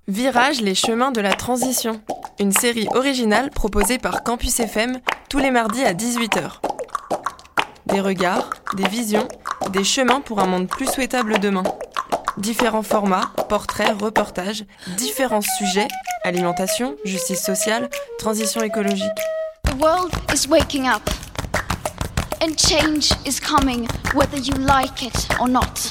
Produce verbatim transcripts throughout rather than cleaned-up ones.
Virage, les chemins de la transition. Une série originale proposée par Campus F M tous les mardis à dix-huit heures. Des regards, des visions, des chemins pour un monde plus souhaitable demain. Différents formats, portraits, reportages, différents sujets, alimentation, justice sociale, transition écologique. The world is waking up. And change is coming, whether you like it or not.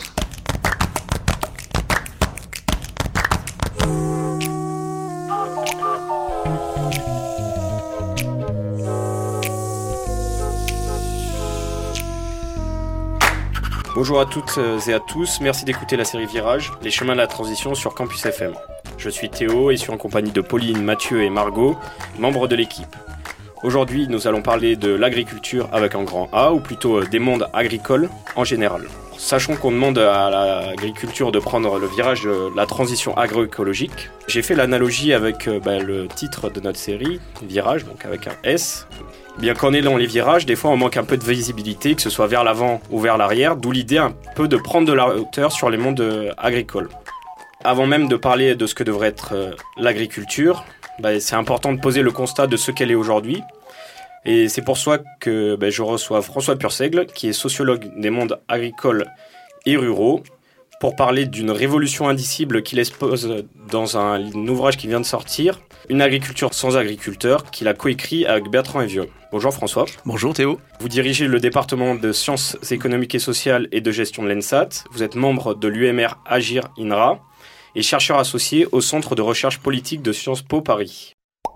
Bonjour à toutes et à tous, merci d'écouter la série Virage, les chemins de la transition sur Campus F M. Je suis Théo et suis en compagnie de Pauline, Mathieu et Margot, membres de l'équipe. Aujourd'hui, nous allons parler de l'agriculture avec un grand A, ou plutôt des mondes agricoles en général. Sachant qu'on demande à l'agriculture de prendre le virage de la transition agroécologique, j'ai fait l'analogie avec bah, le titre de notre série, Virage, donc avec un S. Bien qu'en est dans les virages, des fois on manque un peu de visibilité, que ce soit vers l'avant ou vers l'arrière, d'où l'idée un peu de prendre de la hauteur sur les mondes agricoles. Avant même de parler de ce que devrait être euh, l'agriculture, bah, c'est important de poser le constat de ce qu'elle est aujourd'hui. Et c'est pour ça que bah, je reçois François Purseigle, qui est sociologue des mondes agricoles et ruraux, pour parler d'une révolution indicible qu'il expose dans un, un ouvrage qui vient de sortir, Une agriculture sans agriculteurs, qu'il a coécrit avec Bertrand Evieux. Bonjour François. Bonjour Théo. Vous dirigez le département de sciences économiques et sociales et de gestion de l'ENSAT. Vous êtes membre de l'U M R Agir INRA et chercheur associé au Centre de recherche politique de Sciences Po Paris.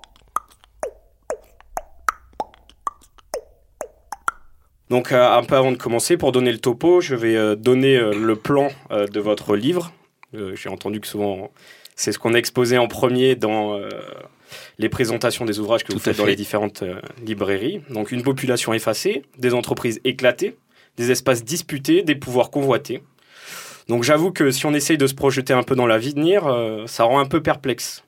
Donc euh, un peu avant de commencer, pour donner le topo, je vais euh, donner euh, le plan euh, de votre livre. Euh, j'ai entendu que souvent c'est ce qu'on a exposé en premier dans euh, les présentations des ouvrages que Tout vous faites dans les différentes euh, librairies. Donc une population effacée, des entreprises éclatées, des espaces disputés, des pouvoirs convoités. Donc j'avoue que si on essaye de se projeter un peu dans l'avenir, euh, ça rend un peu perplexe.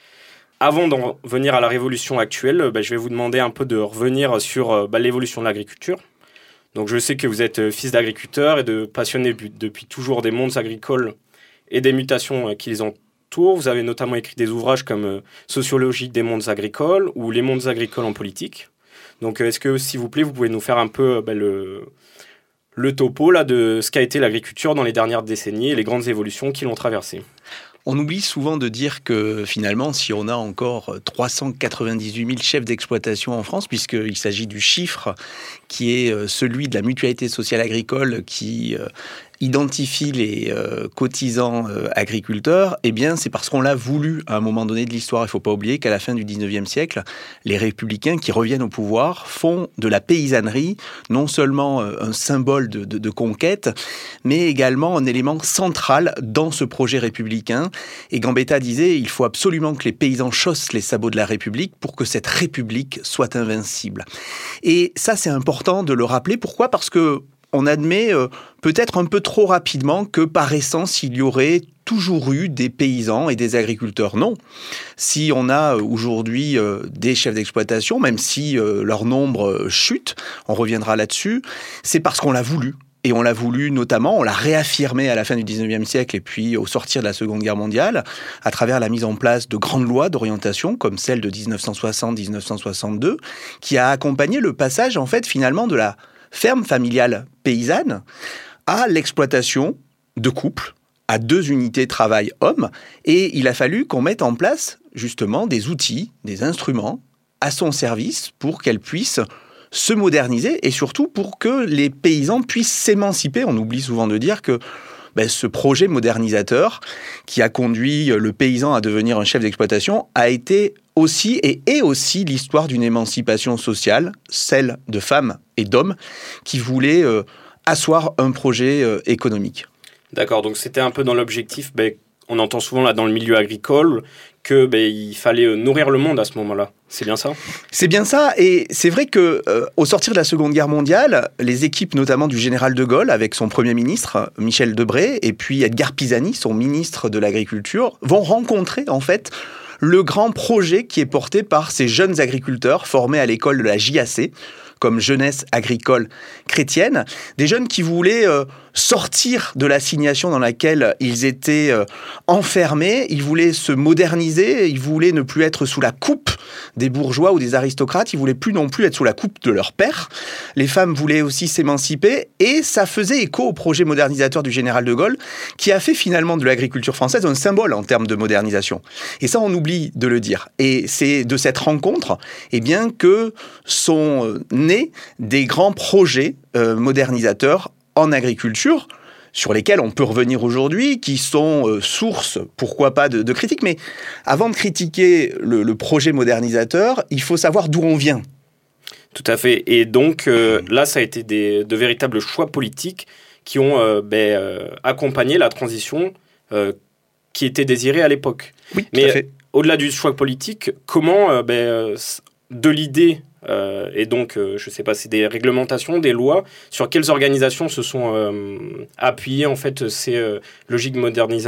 Avant d'en venir à la révolution actuelle, euh, bah, je vais vous demander un peu de revenir sur euh, bah, l'évolution de l'agriculture. Donc je sais que vous êtes fils d'agriculteur et de passionné depuis toujours des mondes agricoles et des mutations qui les entourent. Vous avez notamment écrit des ouvrages comme Sociologie des mondes agricoles ou Les mondes agricoles en politique. Donc est-ce que, s'il vous plaît, vous pouvez nous faire un peu bah, le, le topo là, de ce qu'a été l'agriculture dans les dernières décennies et les grandes évolutions qui l'ont traversée? On oublie souvent de dire que finalement, si on a encore trois cent quatre-vingt-dix-huit mille chefs d'exploitation en France, puisqu'il s'agit du chiffre qui est celui de la mutualité sociale agricole qui identifie les euh, cotisants euh, agriculteurs, eh bien c'est parce qu'on l'a voulu à un moment donné de l'histoire. Il ne faut pas oublier qu'à la fin du dix-neuvième siècle, les républicains qui reviennent au pouvoir font de la paysannerie non seulement euh, un symbole de, de, de conquête, mais également un élément central dans ce projet républicain. Et Gambetta disait, il faut absolument que les paysans chaussent les sabots de la République pour que cette République soit invincible. Et ça, c'est important de le rappeler. Pourquoi ? Parce que on admet euh, peut-être un peu trop rapidement que par essence, il y aurait toujours eu des paysans et des agriculteurs. Non. Si on a aujourd'hui euh, des chefs d'exploitation, même si euh, leur nombre euh, chute, on reviendra là-dessus, c'est parce qu'on l'a voulu. Et on l'a voulu notamment, on l'a réaffirmé à la fin du dix-neuvième siècle et puis au sortir de la Seconde Guerre mondiale, à travers la mise en place de grandes lois d'orientation, comme celle de dix-neuf cent soixante à dix-neuf cent soixante-deux, qui a accompagné le passage, en fait, finalement, de la ferme familiale paysanne à l'exploitation de couples, à deux unités travail-homme. Et il a fallu qu'on mette en place, justement, des outils, des instruments à son service pour qu'elle puisse se moderniser et surtout pour que les paysans puissent s'émanciper. On oublie souvent de dire que ben, ce projet modernisateur qui a conduit le paysan à devenir un chef d'exploitation a été aussi et est aussi l'histoire d'une émancipation sociale, celle de femmes et d'hommes qui voulaient euh, asseoir un projet euh, économique. D'accord, donc c'était un peu dans l'objectif, ben, on entend souvent là dans le milieu agricole que ben, il fallait nourrir le monde à ce moment-là. C'est bien ça ? C'est bien ça, et c'est vrai que euh, au sortir de la Seconde Guerre mondiale, les équipes notamment du général de Gaulle, avec son Premier ministre Michel Debré, et puis Edgar Pisani, son ministre de l'Agriculture, vont rencontrer en fait le grand projet qui est porté par ces jeunes agriculteurs formés à l'école de la J A C, comme Jeunesse agricole chrétienne, des jeunes qui voulaient euh, sortir de l'assignation dans laquelle ils étaient euh, enfermés, ils voulaient se moderniser, ils voulaient ne plus être sous la coupe des bourgeois ou des aristocrates, ils voulaient plus non plus être sous la coupe de leur père. Les femmes voulaient aussi s'émanciper et ça faisait écho au projet modernisateur du général de Gaulle qui a fait finalement de l'agriculture française un symbole en termes de modernisation. Et ça, on oublie de le dire. Et c'est de cette rencontre eh bien, que sont nés des grands projets euh, modernisateurs en agriculture, sur lesquels on peut revenir aujourd'hui, qui sont euh, source, pourquoi pas, de, de critiques. Mais avant de critiquer le, le projet modernisateur, il faut savoir d'où on vient. Tout à fait. Et donc, euh, là, ça a été des, de véritables choix politiques qui ont euh, ben, euh, accompagné la transition euh, qui était désirée à l'époque. Oui, tout Mais à fait. Au-delà du choix politique, comment, euh, ben, de l'idée... Euh, et donc, euh, je ne sais pas, c'est des réglementations, des lois, sur quelles organisations se sont euh, appuyées en fait ces euh, logiques modernisatrices ?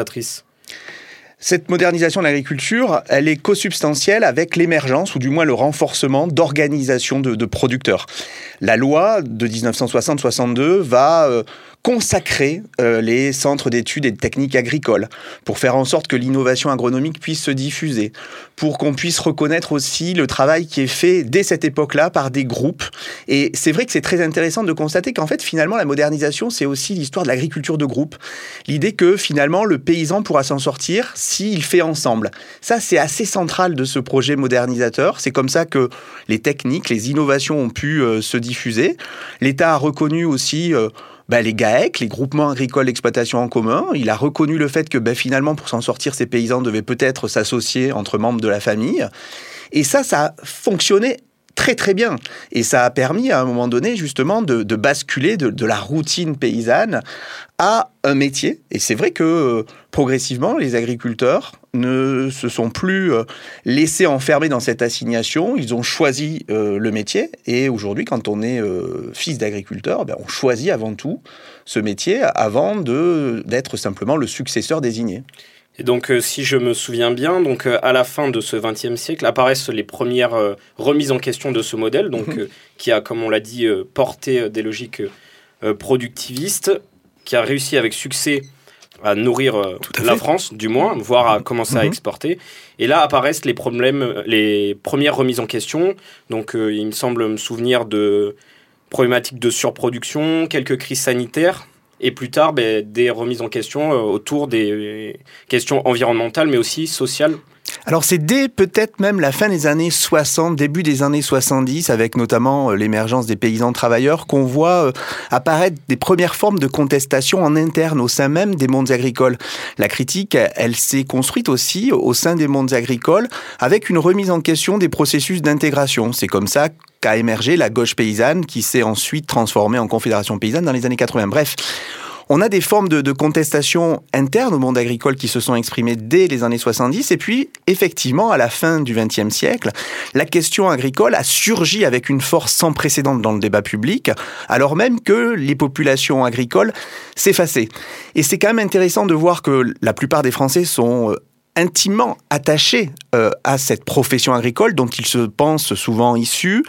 Cette modernisation de l'agriculture, elle est consubstantielle avec l'émergence, ou du moins le renforcement d'organisations de, de producteurs. La loi de dix-neuf cent soixante soixante-deux va euh, consacrer euh, les centres d'études et de techniques agricoles pour faire en sorte que l'innovation agronomique puisse se diffuser, pour qu'on puisse reconnaître aussi le travail qui est fait dès cette époque-là par des groupes. Et c'est vrai que c'est très intéressant de constater qu'en fait, finalement, la modernisation, c'est aussi l'histoire de l'agriculture de groupe. L'idée que, finalement, le paysan pourra s'en sortir s'il fait ensemble. Ça, c'est assez central de ce projet modernisateur. C'est comme ça que les techniques, les innovations ont pu euh, se diffuser. L'État a reconnu aussi... Euh, Ben, les GAEC, les groupements agricoles d'exploitation en commun, il a reconnu le fait que ben, finalement, pour s'en sortir, ces paysans devaient peut-être s'associer entre membres de la famille. Et ça, ça a fonctionné très très bien. Et ça a permis à un moment donné justement de, de basculer de, de la routine paysanne à un métier. Et c'est vrai que euh, progressivement, les agriculteurs ne se sont plus euh, laissés enfermer dans cette assignation. Ils ont choisi euh, le métier. Et aujourd'hui, quand on est euh, fils d'agriculteur, ben, on choisit avant tout ce métier avant de, d'être simplement le successeur désigné. Et donc, euh, si je me souviens bien, donc, euh, à la fin de ce vingtième siècle, apparaissent les premières euh, remises en question de ce modèle, donc, mmh. euh, qui a, comme on l'a dit, euh, porté euh, des logiques euh, productivistes, qui a réussi avec succès à nourrir euh, la fait. France, du moins, voire à commencer mmh. à exporter. Et là apparaissent les problèmes, les premières remises en question. Donc, euh, il me semble me souvenir de problématiques de surproduction, quelques crises sanitaires. Et plus tard, ben, des remises en question euh, autour des questions environnementales, mais aussi sociales. Alors c'est dès peut-être même la fin des années soixante, début des années soixante-dix, avec notamment euh, l'émergence des paysans travailleurs, qu'on voit euh, apparaître des premières formes de contestation en interne au sein même des mondes agricoles. La critique, elle, elle s'est construite aussi au sein des mondes agricoles avec une remise en question des processus d'intégration. C'est comme ça qu'a émergé la gauche paysanne qui s'est ensuite transformée en confédération paysanne dans les années quatre-vingts. Bref, on a des formes de, de contestation interne au monde agricole qui se sont exprimées dès les années soixante-dix. Et puis, effectivement, à la fin du vingtième siècle, la question agricole a surgi avec une force sans précédent dans le débat public, alors même que les populations agricoles s'effaçaient. Et c'est quand même intéressant de voir que la plupart des Français sont intimement attachés euh, à cette profession agricole dont ils se pensent souvent issus.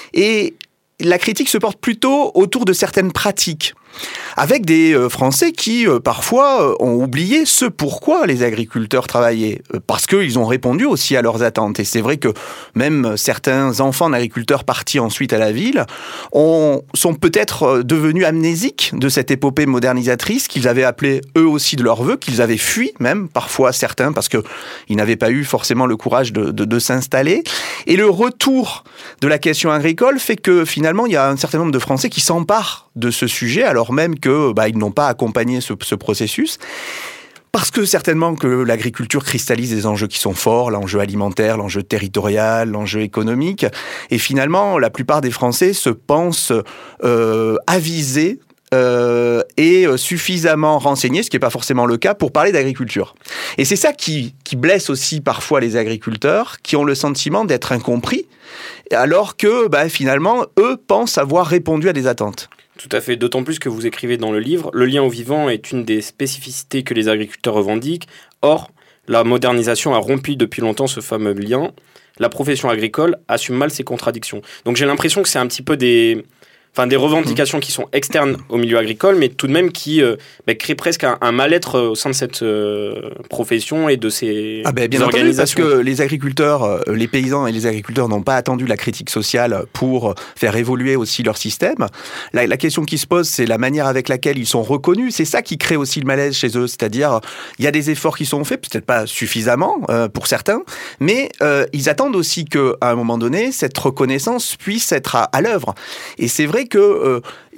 Et la critique se porte plutôt autour de certaines pratiques, avec des euh, Français qui, euh, parfois, euh, ont oublié ce pourquoi les agriculteurs travaillaient, euh, parce qu'ils ont répondu aussi à leurs attentes. Et c'est vrai que même certains enfants d'agriculteurs partis ensuite à la ville ont, sont peut-être euh, devenus amnésiques de cette épopée modernisatrice qu'ils avaient appelée eux aussi de leur vœu, qu'ils avaient fui même, parfois certains, parce qu'ils n'avaient pas eu forcément le courage de, de, de s'installer. Et le retour de la question agricole fait que, finalement, il y a un certain nombre de Français qui s'emparent de ce sujet, alors même que bah, ils n'ont pas accompagné ce, ce processus. Parce que certainement que l'agriculture cristallise des enjeux qui sont forts, l'enjeu alimentaire, l'enjeu territorial, l'enjeu économique. Et finalement, la plupart des Français se pensent euh, avisés Euh, et suffisamment renseignés, ce qui n'est pas forcément le cas, pour parler d'agriculture. Et c'est ça qui, qui blesse aussi parfois les agriculteurs, qui ont le sentiment d'être incompris, alors que bah, finalement, eux pensent avoir répondu à des attentes. Tout à fait, d'autant plus que vous écrivez dans le livre, le lien au vivant est une des spécificités que les agriculteurs revendiquent. Or, la modernisation a rompu depuis longtemps ce fameux lien. La profession agricole assume mal ses contradictions. Donc j'ai l'impression que c'est un petit peu des... enfin des revendications qui sont externes au milieu agricole, mais tout de même qui euh, bah, créent presque un, un mal-être au sein de cette euh, profession et de ces ah ben, bien organisations. Entendu, parce que les agriculteurs, les paysans et les agriculteurs n'ont pas attendu la critique sociale pour faire évoluer aussi leur système. La, la question qui se pose, c'est la manière avec laquelle ils sont reconnus. C'est ça qui crée aussi le malaise chez eux. C'est-à-dire, il y a des efforts qui sont faits, peut-être pas suffisamment euh, pour certains, mais euh, ils attendent aussi qu'à un moment donné, cette reconnaissance puisse être à, à l'œuvre. Et c'est vrai que euh,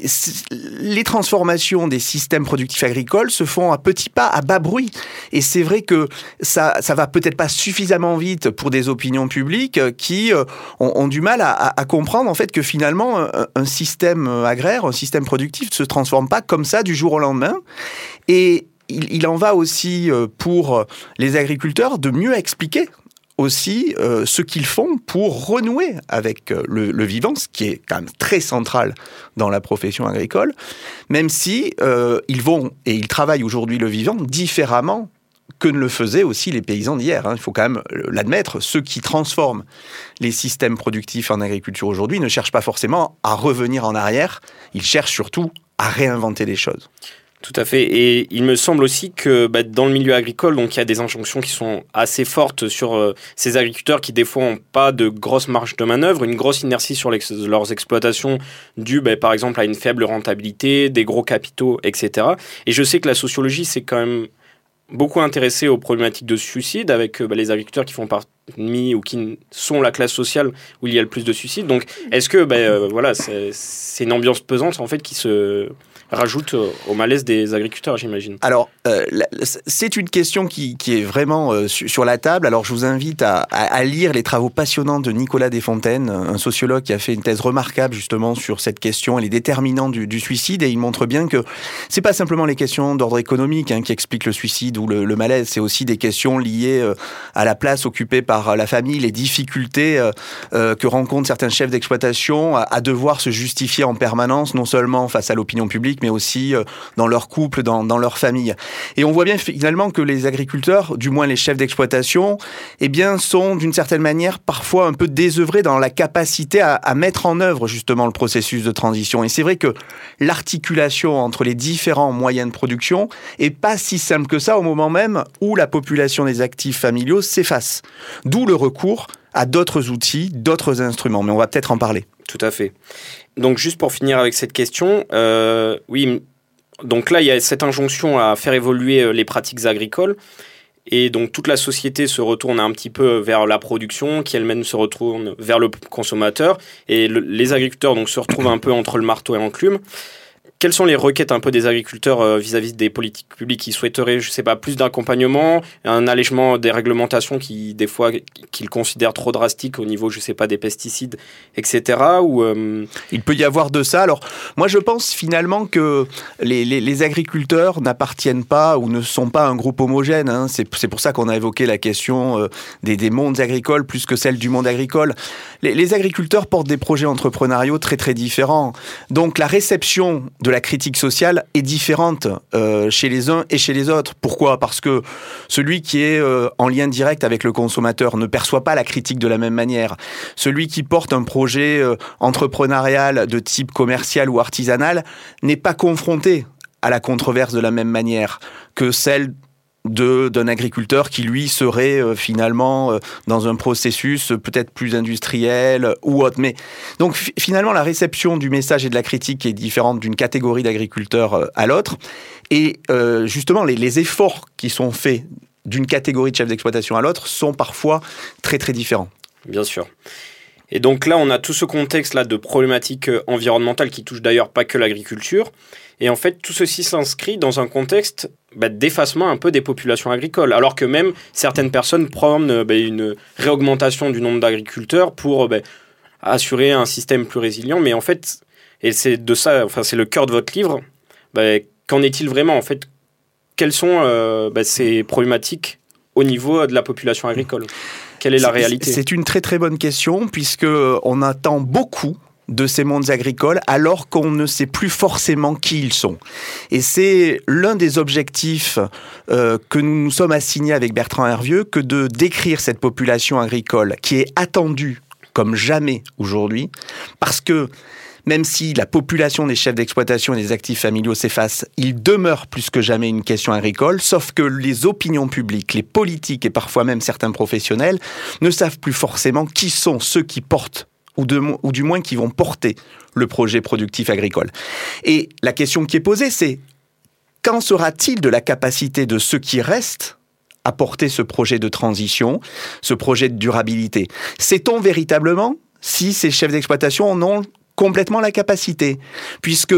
les transformations des systèmes productifs agricoles se font à petits pas, à bas bruit. Et c'est vrai que ça, ça va peut-être pas suffisamment vite pour des opinions publiques qui euh, ont, ont du mal à, à, à comprendre en fait que finalement un, un système agraire, un système productif ne se transforme pas comme ça du jour au lendemain. Et il, il en va aussi pour les agriculteurs de mieux expliquer aussi euh, ce qu'ils font pour renouer avec euh, le, le vivant, ce qui est quand même très central dans la profession agricole, même si euh, ils vont et ils travaillent aujourd'hui le vivant différemment que ne le faisaient aussi les paysans d'hier. Hein. Il faut quand même l'admettre, ceux qui transforment les systèmes productifs en agriculture aujourd'hui ne cherchent pas forcément à revenir en arrière, ils cherchent surtout à réinventer des choses. Tout à fait. Et il me semble aussi que bah, dans le milieu agricole, donc il y a des injonctions qui sont assez fortes sur euh, ces agriculteurs qui des fois n'ont pas de grosses marges de manœuvre, une grosse inertie sur l'ex- leurs exploitations due bah, par exemple à une faible rentabilité, des gros capitaux, et cetera. Et je sais que la sociologie s'est quand même beaucoup intéressée aux problématiques de suicide avec bah, les agriculteurs qui font partie ou qui sont la classe sociale où il y a le plus de suicides. Donc est-ce que bah, euh, voilà, c'est, c'est une ambiance pesante en fait qui se rajoute au malaise des agriculteurs, j'imagine. Alors, euh, c'est une question qui, qui est vraiment euh, sur la table. Alors, je vous invite à, à, à lire les travaux passionnants de Nicolas Desfontaines, un sociologue qui a fait une thèse remarquable justement sur cette question et les déterminants du, du suicide. Et il montre bien que c'est pas simplement les questions d'ordre économique hein, qui expliquent le suicide ou le, le malaise. C'est aussi des questions liées euh, à la place occupée par la famille, les difficultés euh, euh, que rencontrent certains chefs d'exploitation à, à devoir se justifier en permanence, non seulement face à l'opinion publique, mais aussi dans leur couple, dans, dans leur famille. Et on voit bien finalement que les agriculteurs, du moins les chefs d'exploitation, eh bien, sont d'une certaine manière parfois un peu désœuvrés dans la capacité à, à mettre en œuvre justement le processus de transition. Et c'est vrai que l'articulation entre les différents moyens de production est pas si simple que ça au moment même où la population des actifs familiaux s'efface. D'où le recours à d'autres outils, d'autres instruments. Mais on va peut-être en parler. Tout à fait. Donc juste pour finir avec cette question, euh, oui, donc là il y a cette injonction à faire évoluer les pratiques agricoles et donc toute la société se retourne un petit peu vers la production qui elle-même se retourne vers le consommateur et le, les agriculteurs donc se retrouvent un peu entre le marteau et l'enclume. Quelles sont les requêtes un peu des agriculteurs euh, vis-à-vis des politiques publiques qui souhaiteraient, je sais pas, plus d'accompagnement, un allègement des réglementations qui, des fois, qu'ils considèrent trop drastiques au niveau, je sais pas, des pesticides, et cetera. Ou, euh... Il peut y avoir de ça. Alors, moi, je pense finalement que les, les, les agriculteurs n'appartiennent pas ou ne sont pas un groupe homogène. Hein. C'est, c'est pour ça qu'on a évoqué la question euh, des, des mondes agricoles plus que celle du monde agricole. Les, les agriculteurs portent des projets entrepreneuriaux très, très différents. Donc, la réception de la critique sociale est différente euh, chez les uns et chez les autres. Pourquoi ? Parce que celui qui est euh, en lien direct avec le consommateur ne perçoit pas la critique de la même manière. Celui qui porte un projet euh, entrepreneurial de type commercial ou artisanal n'est pas confronté à la controverse de la même manière que celle De, d'un agriculteur qui, lui, serait euh, finalement euh, dans un processus euh, peut-être plus industriel euh, ou autre. Mais donc, f- finalement, la réception du message et de la critique est différente d'une catégorie d'agriculteurs euh, à l'autre. Et euh, justement, les, les efforts qui sont faits d'une catégorie de chefs d'exploitation à l'autre sont parfois très, très différents. Bien sûr. Et donc là, on a tout ce contexte-là de problématiques environnementales qui touchent d'ailleurs pas que l'agriculture. Et en fait, tout ceci s'inscrit dans un contexte bah, d'effacement un peu des populations agricoles. Alors que même certaines personnes prônent bah, une réaugmentation du nombre d'agriculteurs pour bah, assurer un système plus résilient. Mais en fait, et c'est de ça, enfin c'est le cœur de votre livre, bah, qu'en est-il vraiment en fait ? Quelles sont euh, bah, ces problématiques au niveau de la population agricole ? Quelle est la réalité ? C'est une très très bonne question puisqu'on attend beaucoup de ces mondes agricoles alors qu'on ne sait plus forcément qui ils sont. Et c'est l'un des objectifs euh, que nous nous sommes assignés avec Bertrand Hervieux que de décrire cette population agricole qui est attendue comme jamais aujourd'hui parce que même si la population des chefs d'exploitation et des actifs familiaux s'efface, il demeure plus que jamais une question agricole, sauf que les opinions publiques, les politiques et parfois même certains professionnels ne savent plus forcément qui sont ceux qui portent ou, de, ou du moins qui vont porter le projet productif agricole. Et la question qui est posée, c'est qu'en sera-t-il de la capacité de ceux qui restent à porter ce projet de transition, ce projet de durabilité? Sait-on véritablement si ces chefs d'exploitation en ont complètement la capacité, puisque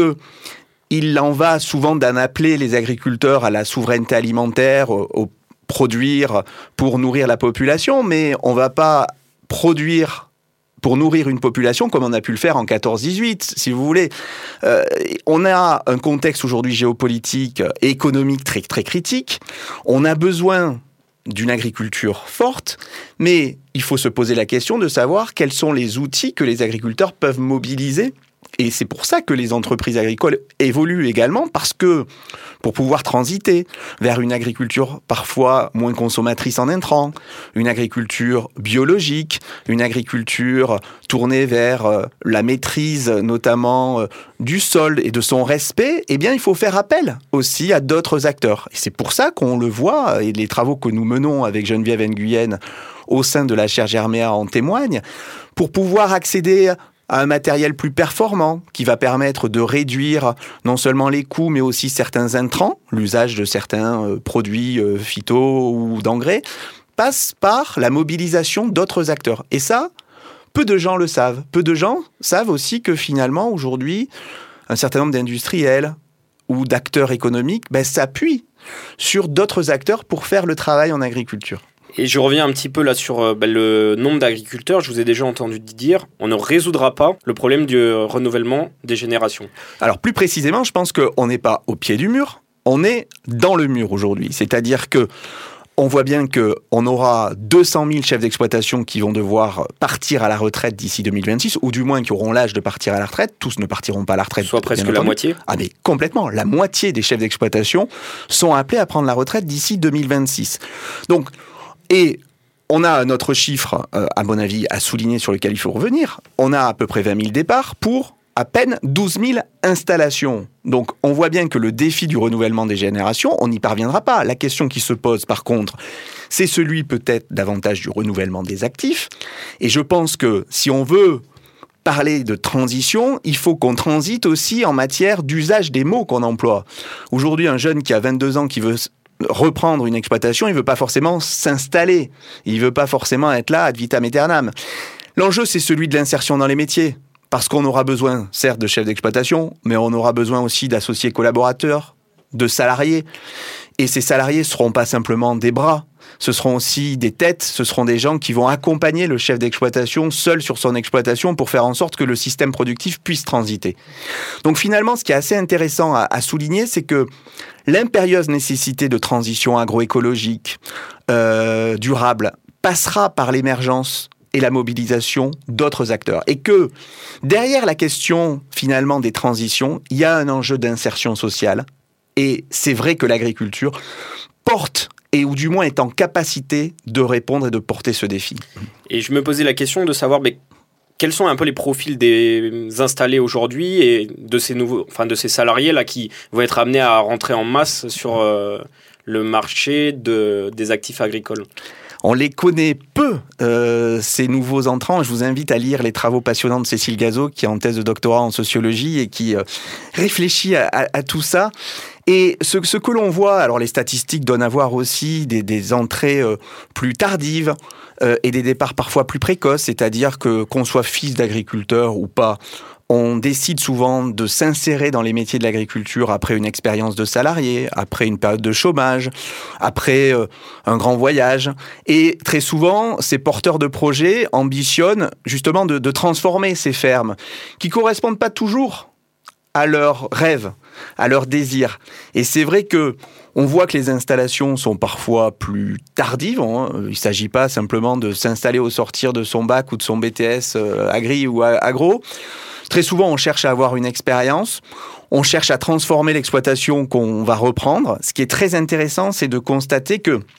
il en va souvent d'en appeler les agriculteurs à la souveraineté alimentaire, au, au produire pour nourrir la population, mais on ne va pas produire pour nourrir une population comme on a pu le faire en quatorze dix-huit, si vous voulez. Euh, on a un contexte aujourd'hui géopolitique, économique très, très critique. On a besoin d'une agriculture forte, mais il faut se poser la question de savoir quels sont les outils que les agriculteurs peuvent mobiliser. Et c'est pour ça que les entreprises agricoles évoluent également, parce que pour pouvoir transiter vers une agriculture parfois moins consommatrice en intrants, une agriculture biologique, une agriculture tournée vers la maîtrise notamment du sol et de son respect, eh bien il faut faire appel aussi à d'autres acteurs. Et c'est pour ça qu'on le voit, et les travaux que nous menons avec Geneviève Nguyen au sein de la chaire Germéa en témoignent, pour pouvoir accéder à un matériel plus performant qui va permettre de réduire non seulement les coûts mais aussi certains intrants, l'usage de certains euh, produits euh, phyto ou d'engrais, passe par la mobilisation d'autres acteurs. Et ça, peu de gens le savent. Peu de gens savent aussi que finalement, aujourd'hui, un certain nombre d'industriels ou d'acteurs économiques ben, s'appuient sur d'autres acteurs pour faire le travail en agriculture. Et je reviens un petit peu là sur euh, bah, le nombre d'agriculteurs. Je vous ai déjà entendu dire, on ne résoudra pas le problème du euh, renouvellement des générations. Alors plus précisément, je pense qu'on n'est pas au pied du mur, on est dans le mur aujourd'hui. C'est-à-dire que on voit bien qu'on aura deux cent mille chefs d'exploitation qui vont devoir partir à la retraite d'ici deux mille vingt-six, ou du moins qui auront l'âge de partir à la retraite. Tous ne partiront pas à la retraite. Soit presque la moitié. Ah mais complètement. La moitié des chefs d'exploitation sont appelés à prendre la retraite d'ici deux mille vingt-six. Donc, et on a un autre chiffre, euh, à mon avis, à souligner, sur lequel il faut revenir. On a à peu près vingt mille départs pour à peine douze mille installations. Donc on voit bien que le défi du renouvellement des générations, on n'y parviendra pas. La question qui se pose par contre, c'est celui peut-être davantage du renouvellement des actifs. Et je pense que si on veut parler de transition, il faut qu'on transite aussi en matière d'usage des mots qu'on emploie. Aujourd'hui, un jeune qui a vingt-deux ans qui veut reprendre une exploitation, il ne veut pas forcément s'installer. Il ne veut pas forcément être là ad vitam aeternam. L'enjeu, c'est celui de l'insertion dans les métiers. Parce qu'on aura besoin, certes, de chefs d'exploitation, mais on aura besoin aussi d'associés collaborateurs, de salariés. Et ces salariés ne seront pas simplement des bras, ce seront aussi des têtes, ce seront des gens qui vont accompagner le chef d'exploitation seul sur son exploitation pour faire en sorte que le système productif puisse transiter. Donc finalement, ce qui est assez intéressant à, à souligner, c'est que l'impérieuse nécessité de transition agroécologique, euh, durable, passera par l'émergence et la mobilisation d'autres acteurs. Et que derrière la question finalement des transitions, il y a un enjeu d'insertion sociale. Et c'est vrai que l'agriculture porte, et ou du moins est en capacité de répondre et de porter ce défi. Et je me posais la question de savoir mais, quels sont un peu les profils des installés aujourd'hui et de ces nouveaux, enfin de ces salariés là qui vont être amenés à rentrer en masse sur euh, le marché de, des actifs agricoles. On les connaît peu, euh, ces nouveaux entrants. Je vous invite à lire les travaux passionnants de Cécile Gazot, qui est en thèse de doctorat en sociologie et qui euh, réfléchit à, à, à tout ça. Et ce, ce que l'on voit, alors les statistiques donnent à voir aussi des, des entrées euh, plus tardives euh, et des départs parfois plus précoces, c'est-à-dire que qu'on soit fils d'agriculteur ou pas, on décide souvent de s'insérer dans les métiers de l'agriculture après une expérience de salarié, après une période de chômage, après euh, un grand voyage. Et très souvent, ces porteurs de projets ambitionnent justement de, de transformer ces fermes qui ne correspondent pas toujours à leurs rêves, à leurs désirs. Et c'est vrai que on voit que les installations sont parfois plus tardives. Hein. Il ne s'agit pas simplement de s'installer au sortir de son bac ou de son B T S euh, agri ou agro. Très souvent, on cherche à avoir une expérience, on cherche à transformer l'exploitation qu'on va reprendre. Ce qui est très intéressant, c'est de constater que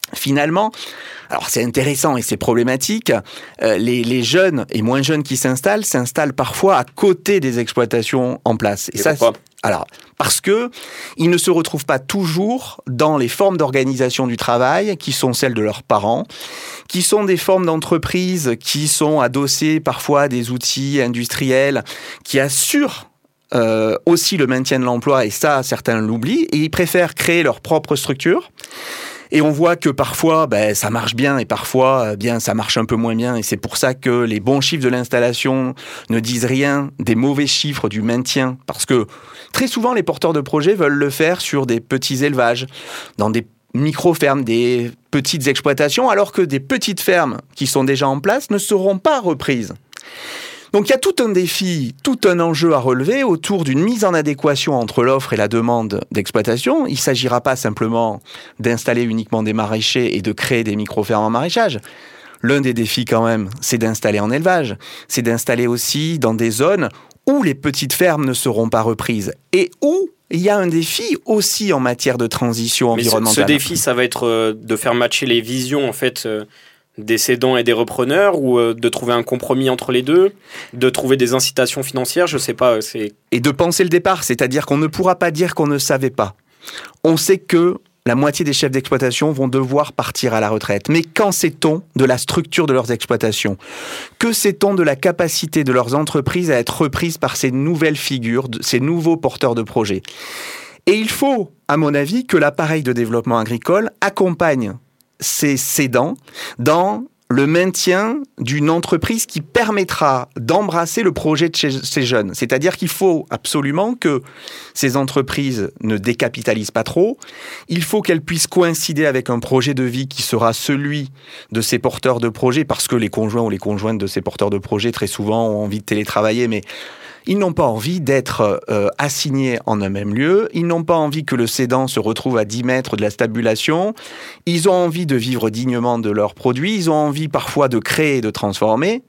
Finalement, alors c'est intéressant et c'est problématique, euh, les, les jeunes et moins jeunes qui s'installent, s'installent parfois à côté des exploitations en place. Et, et ça, pourquoi ? Alors, parce que ils ne se retrouvent pas toujours dans les formes d'organisation du travail qui sont celles de leurs parents, qui sont des formes d'entreprise qui sont adossées parfois à des outils industriels qui assurent euh, aussi le maintien de l'emploi, et ça, certains l'oublient, et ils préfèrent créer leur propre structure. Et on voit que parfois, ben, ça marche bien et parfois, bien, ça marche un peu moins bien. Et c'est pour ça que les bons chiffres de l'installation ne disent rien des mauvais chiffres du maintien. Parce que très souvent, les porteurs de projets veulent le faire sur des petits élevages, dans des micro-fermes, des petites exploitations, alors que des petites fermes qui sont déjà en place ne seront pas reprises. Donc il y a tout un défi, tout un enjeu à relever autour d'une mise en adéquation entre l'offre et la demande d'exploitation. Il ne s'agira pas simplement d'installer uniquement des maraîchers et de créer des micro-fermes en maraîchage. L'un des défis quand même, c'est d'installer en élevage. C'est d'installer aussi dans des zones où les petites fermes ne seront pas reprises et où il y a un défi aussi en matière de transition environnementale. Mais ce, ce défi, ça va être de faire matcher les visions en fait. Euh... des cédants et des repreneurs, ou euh, de trouver un compromis entre les deux, de trouver des incitations financières, je sais pas. C'est... Et de penser le départ, c'est-à-dire qu'on ne pourra pas dire qu'on ne savait pas. On sait que la moitié des chefs d'exploitation vont devoir partir à la retraite. Mais qu'en sait-on de la structure de leurs exploitations ? Que sait-on de la capacité de leurs entreprises à être reprises par ces nouvelles figures, ces nouveaux porteurs de projets ? Et il faut, à mon avis, que l'appareil de développement agricole accompagne ces cédants dans le maintien d'une entreprise qui permettra d'embrasser le projet de ces jeunes. C'est-à-dire qu'il faut absolument que ces entreprises ne décapitalisent pas trop. Il faut qu'elles puissent coïncider avec un projet de vie qui sera celui de ces porteurs de projets, parce que les conjoints ou les conjointes de ces porteurs de projets, très souvent, ont envie de télétravailler, mais ils n'ont pas envie d'être euh, assignés en un même lieu. Ils n'ont pas envie que le cédant se retrouve à dix mètres de la stabulation. Ils ont envie de vivre dignement de leurs produits. Ils ont envie parfois de créer et de transformer,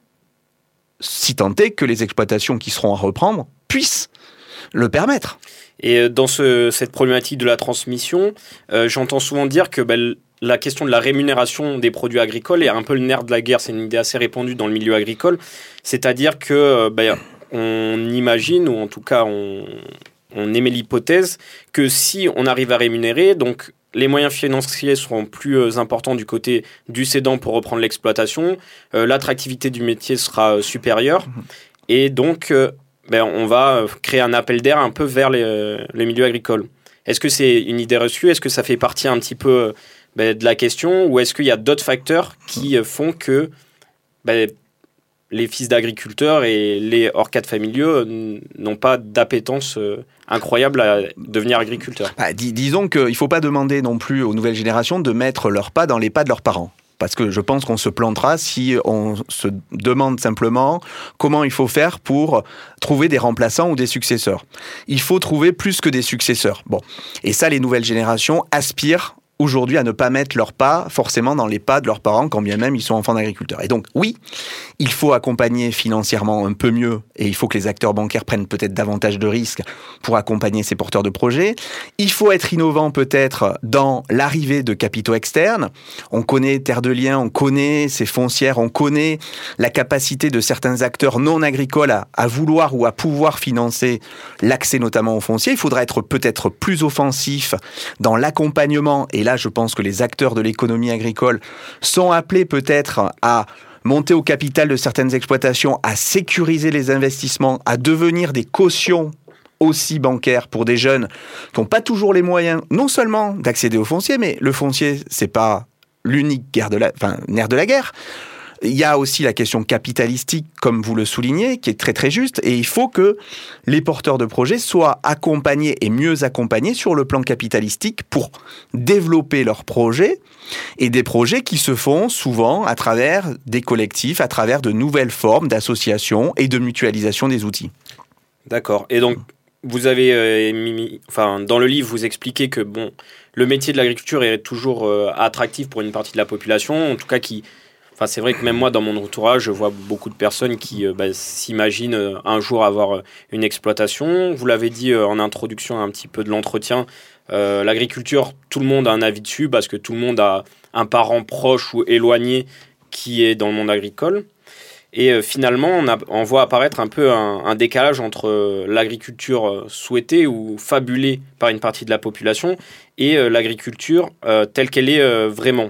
si tant est que les exploitations qui seront à reprendre puissent le permettre. Et dans ce, cette problématique de la transmission, euh, j'entends souvent dire que bah, la question de la rémunération des produits agricoles est un peu le nerf de la guerre. C'est une idée assez répandue dans le milieu agricole. C'est-à-dire que... Bah, on imagine, ou en tout cas on, on émet l'hypothèse, que si on arrive à rémunérer, donc les moyens financiers seront plus importants du côté du cédant pour reprendre l'exploitation, euh, l'attractivité du métier sera supérieure, et donc euh, ben, on va créer un appel d'air un peu vers les, euh, les milieux agricoles. Est-ce que c'est une idée reçue ? Est-ce que ça fait partie un petit peu ben, de la question, ou est-ce qu'il y a d'autres facteurs qui font que... Ben, les fils d'agriculteurs et les hors cadres familiaux n'ont pas d'appétence incroyable à devenir agriculteurs. Bah, dis, disons qu'il ne faut pas demander non plus aux nouvelles générations de mettre leurs pas dans les pas de leurs parents. Parce que je pense qu'on se plantera si on se demande simplement comment il faut faire pour trouver des remplaçants ou des successeurs. Il faut trouver plus que des successeurs. Bon. Et ça, les nouvelles générations aspirent aujourd'hui à ne pas mettre leurs pas forcément dans les pas de leurs parents, quand bien même ils sont enfants d'agriculteurs. Et donc, oui, il faut accompagner financièrement un peu mieux, et il faut que les acteurs bancaires prennent peut-être davantage de risques pour accompagner ces porteurs de projets. Il faut être innovant peut-être dans l'arrivée de capitaux externes. On connaît Terre de Liens, on connaît ces foncières, on connaît la capacité de certains acteurs non agricoles à, à vouloir ou à pouvoir financer l'accès notamment aux fonciers. Il faudra être peut-être plus offensif dans l'accompagnement, et là, je pense que les acteurs de l'économie agricole sont appelés peut-être à monter au capital de certaines exploitations, à sécuriser les investissements, à devenir des cautions aussi bancaires pour des jeunes qui n'ont pas toujours les moyens, non seulement d'accéder au foncier, mais le foncier, c'est pas l'unique guerre de la, enfin, nerf de la guerre. Il y a aussi la question capitalistique, comme vous le soulignez, qui est très très juste, et il faut que les porteurs de projets soient accompagnés et mieux accompagnés sur le plan capitalistique pour développer leurs projets, et des projets qui se font souvent à travers des collectifs, à travers de nouvelles formes d'association et de mutualisation des outils. D'accord. Et donc, vous avez, euh, mis, enfin, dans le livre, vous expliquez que bon, le métier de l'agriculture est toujours euh, attractif pour une partie de la population, en tout cas qui... Enfin, c'est vrai que même moi, dans mon entourage, je vois beaucoup de personnes qui euh, bah, s'imaginent euh, un jour avoir euh, une exploitation. Vous l'avez dit euh, en introduction un petit peu de l'entretien, Euh, l'agriculture, tout le monde a un avis dessus parce que tout le monde a un parent proche ou éloigné qui est dans le monde agricole. Et euh, finalement, on, a, on voit apparaître un peu un, un décalage entre euh, l'agriculture euh, souhaitée ou fabulée par une partie de la population et euh, l'agriculture euh, telle qu'elle est euh, vraiment.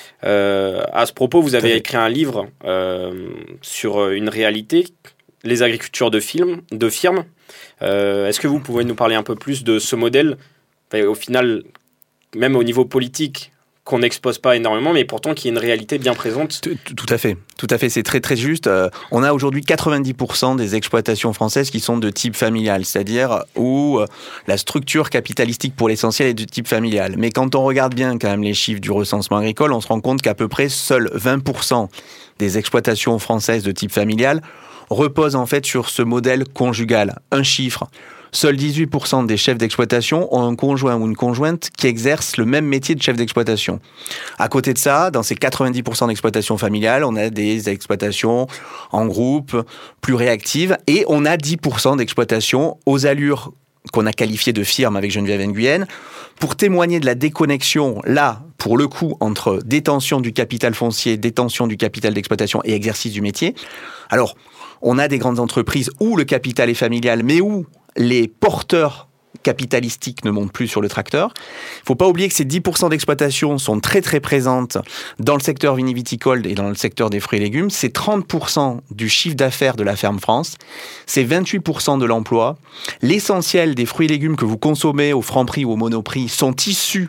Euh, à ce propos, vous avez écrit un livre euh, sur une réalité, les agricultures de, film, de firmes. Euh, est-ce que vous pouvez nous parler un peu plus de ce modèle, enfin, au final, même au niveau politique, qu'on n'expose pas énormément, mais pourtant qui est une réalité bien présente. Tout, tout à fait, tout à fait, c'est très très juste. Euh, on a aujourd'hui quatre-vingt-dix pour cent des exploitations françaises qui sont de type familial, c'est-à-dire où euh, la structure capitalistique pour l'essentiel est de type familial. Mais quand on regarde bien quand même les chiffres du recensement agricole, on se rend compte qu'à peu près seuls vingt pour cent des exploitations françaises de type familial reposent en fait sur ce modèle conjugal. Un chiffre. Seuls dix-huit pour cent des chefs d'exploitation ont un conjoint ou une conjointe qui exerce le même métier de chef d'exploitation. À côté de ça, dans ces quatre-vingt-dix pour cent d'exploitations familiales, on a des exploitations en groupe, plus réactives, et on a dix pour cent d'exploitations aux allures qu'on a qualifiées de firmes avec Geneviève Nguyen, pour témoigner de la déconnexion, là, pour le coup, entre détention du capital foncier, détention du capital d'exploitation et exercice du métier. Alors, on a des grandes entreprises où le capital est familial, mais où les porteurs capitalistiques ne montent plus sur le tracteur. Il ne faut pas oublier que ces dix pour cent d'exploitations sont très très présentes dans le secteur viniviticole et dans le secteur des fruits et légumes. C'est trente pour cent du chiffre d'affaires de la Ferme France. C'est vingt-huit pour cent de l'emploi. L'essentiel des fruits et légumes que vous consommez au Franprix ou au Monoprix sont issus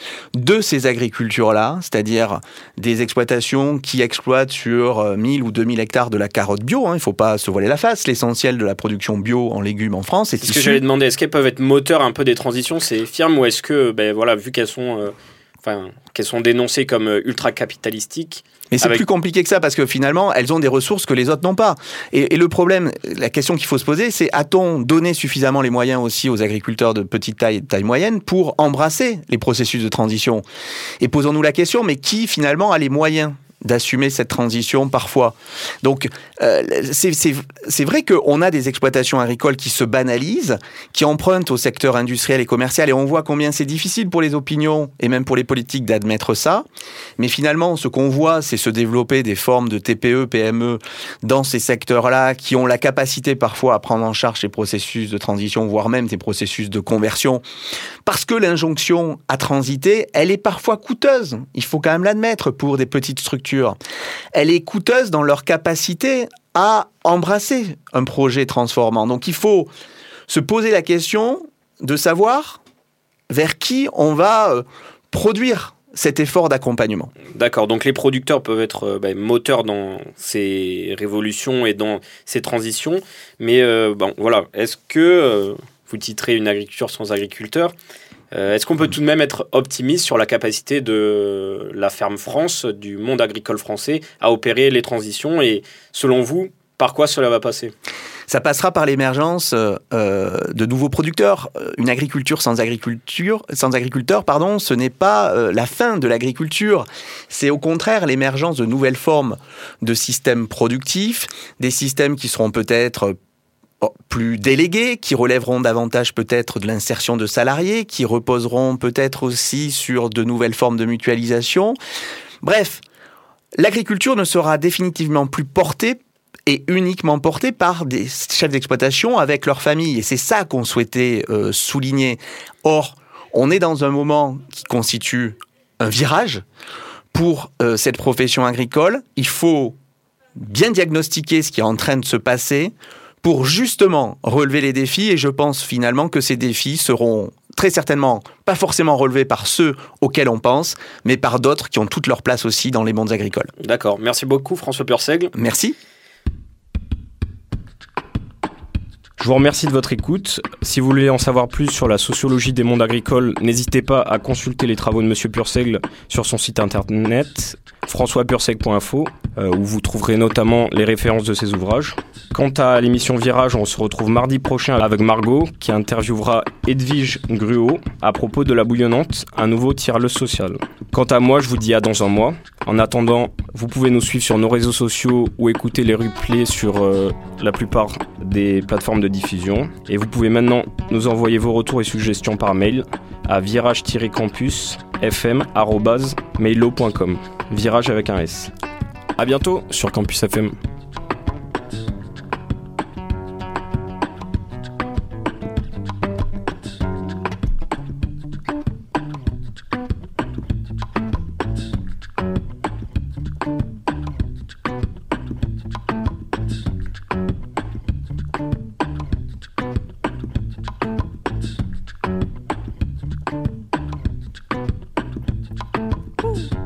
de ces agricultures-là, c'est-à-dire des exploitations qui exploitent sur mille ou deux mille hectares de la carotte bio. Hein, il ne faut pas se voiler la face. L'essentiel de la production bio en légumes en France est issu. C'est ce issu... que j'allais demander. Est-ce qu'elles peuvent être moteurs un peu des transitions, ces firmes, ou est-ce que, ben, voilà, vu qu'elles sont, euh, enfin, qu'elles sont dénoncées comme euh, ultra-capitalistiques, mais c'est avec... plus compliqué que ça, parce que finalement, elles ont des ressources que les autres n'ont pas. Et, et le problème, la question qu'il faut se poser, c'est a-t-on donné suffisamment les moyens aussi aux agriculteurs de petite taille et de taille moyenne pour embrasser les processus de transition ? Et posons-nous la question, mais qui finalement a les moyens d'assumer cette transition parfois. Donc, euh, c'est, c'est, c'est vrai qu'on a des exploitations agricoles qui se banalisent, qui empruntent au secteur industriel et commercial, et on voit combien c'est difficile pour les opinions, et même pour les politiques, d'admettre ça. Mais finalement, ce qu'on voit, c'est se développer des formes de T P E, P M E dans ces secteurs-là, qui ont la capacité parfois à prendre en charge ces processus de transition, voire même ces processus de conversion, parce que l'injonction à transiter, elle est parfois coûteuse. Il faut quand même l'admettre pour des petites structures. Elle est coûteuse dans leur capacité à embrasser un projet transformant. Donc il faut se poser la question de savoir vers qui on va produire cet effort d'accompagnement. D'accord, donc les producteurs peuvent être euh, bah, moteurs dans ces révolutions et dans ces transitions, mais euh, bon, voilà, est-ce que euh, vous titrez une agriculture sans agriculteurs ? Euh, est-ce qu'on peut tout de même être optimiste sur la capacité de la Ferme France, du monde agricole français, à opérer les transitions, et selon vous, par quoi cela va passer ? Ça passera par l'émergence euh, de nouveaux producteurs. Une agriculture sans agriculture, sans agriculteurs, pardon, ce n'est pas euh, la fin de l'agriculture. C'est au contraire l'émergence de nouvelles formes de systèmes productifs, des systèmes qui seront peut-être plus délégués, qui relèveront davantage peut-être de l'insertion de salariés, qui reposeront peut-être aussi sur de nouvelles formes de mutualisation. Bref, l'agriculture ne sera définitivement plus portée et uniquement portée par des chefs d'exploitation avec leurs familles. Et c'est ça qu'on souhaitait euh, souligner. Or, on est dans un moment qui constitue un virage pour euh, cette profession agricole. Il faut bien diagnostiquer ce qui est en train de se passer pour justement relever les défis, et je pense finalement que ces défis seront très certainement pas forcément relevés par ceux auxquels on pense, mais par d'autres qui ont toute leur place aussi dans les mondes agricoles. D'accord, merci beaucoup François Purseigle. Merci. Je vous remercie de votre écoute. Si vous voulez en savoir plus sur la sociologie des mondes agricoles, n'hésitez pas à consulter les travaux de Monsieur Purseigle sur son site internet françois pursec point info, euh, où vous trouverez notamment les références de ses ouvrages. Quant à l'émission Virage, on se retrouve mardi prochain avec Margot, qui interviewera Edwige Gruau à propos de La Bouillonnante, un nouveau tiers-le social. Quant à moi, je vous dis à dans un mois. En attendant, vous pouvez nous suivre sur nos réseaux sociaux ou écouter les replays sur euh, la plupart des plateformes de diffusion. Et vous pouvez maintenant nous envoyer vos retours et suggestions par mail à virage tiret campus f m arobase mailo point com. Virage avec un S. À bientôt sur Campus F M. Ooh.